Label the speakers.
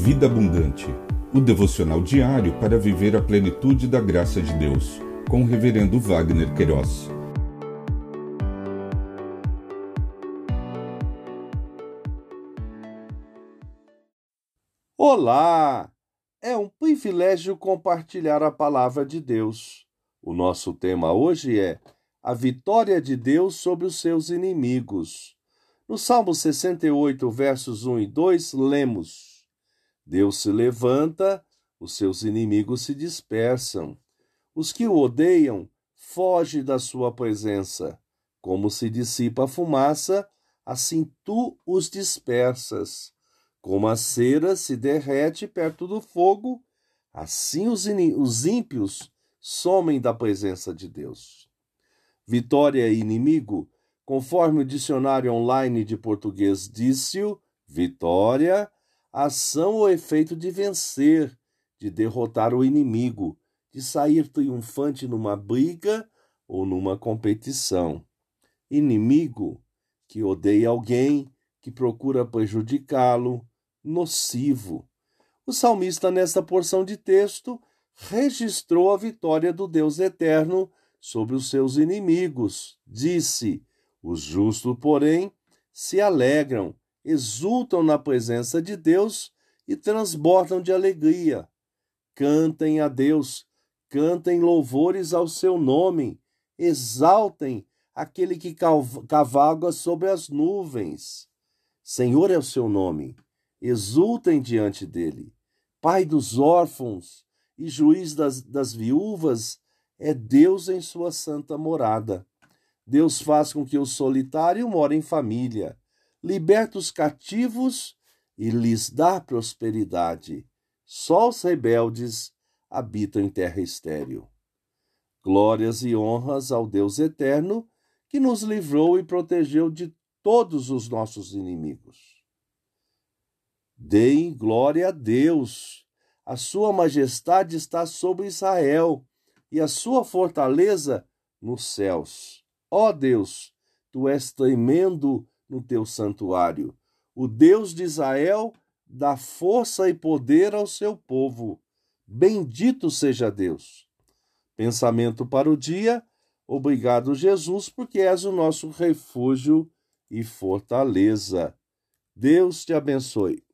Speaker 1: Vida Abundante, o devocional diário para viver a plenitude da graça de Deus, com o reverendo Wagner Queiroz.
Speaker 2: Olá! É um privilégio compartilhar a palavra de Deus. O nosso tema hoje é a vitória de Deus sobre os seus inimigos. No Salmo 68, versos 1 e 2, lemos: Deus se levanta, os seus inimigos se dispersam. Os que o odeiam fogem da sua presença. Como se dissipa a fumaça, assim tu os dispersas. Como a cera se derrete perto do fogo, assim os ímpios somem da presença de Deus. Vitória e inimigo, conforme o dicionário online de português disse-o, vitória, ação ou efeito de vencer, de derrotar o inimigo, de sair triunfante numa briga ou numa competição. Inimigo, que odeia alguém, que procura prejudicá-lo, nocivo. O salmista, nesta porção de texto, registrou a vitória do Deus eterno sobre os seus inimigos. Disse: os justos, porém, se alegram, exultam na presença de Deus e transbordam de alegria. Cantem a Deus, cantem louvores ao seu nome, exaltem aquele que cavalga sobre as nuvens. Senhor é o seu nome, exultem diante dele. Pai dos órfãos e juiz das viúvas, é Deus em sua santa morada. Deus faz com que o solitário more em família, liberta os cativos e lhes dá prosperidade. Só os rebeldes habitam em terra estéril. Glórias e honras ao Deus eterno, que nos livrou e protegeu de todos os nossos inimigos. Deem glória a Deus. A sua majestade está sobre Israel e a sua fortaleza nos céus. Ó Deus, tu és tremendo no teu santuário. O Deus de Israel dá força e poder ao seu povo. Bendito seja Deus. Pensamento para o dia. Obrigado, Jesus, porque és o nosso refúgio e fortaleza. Deus te abençoe.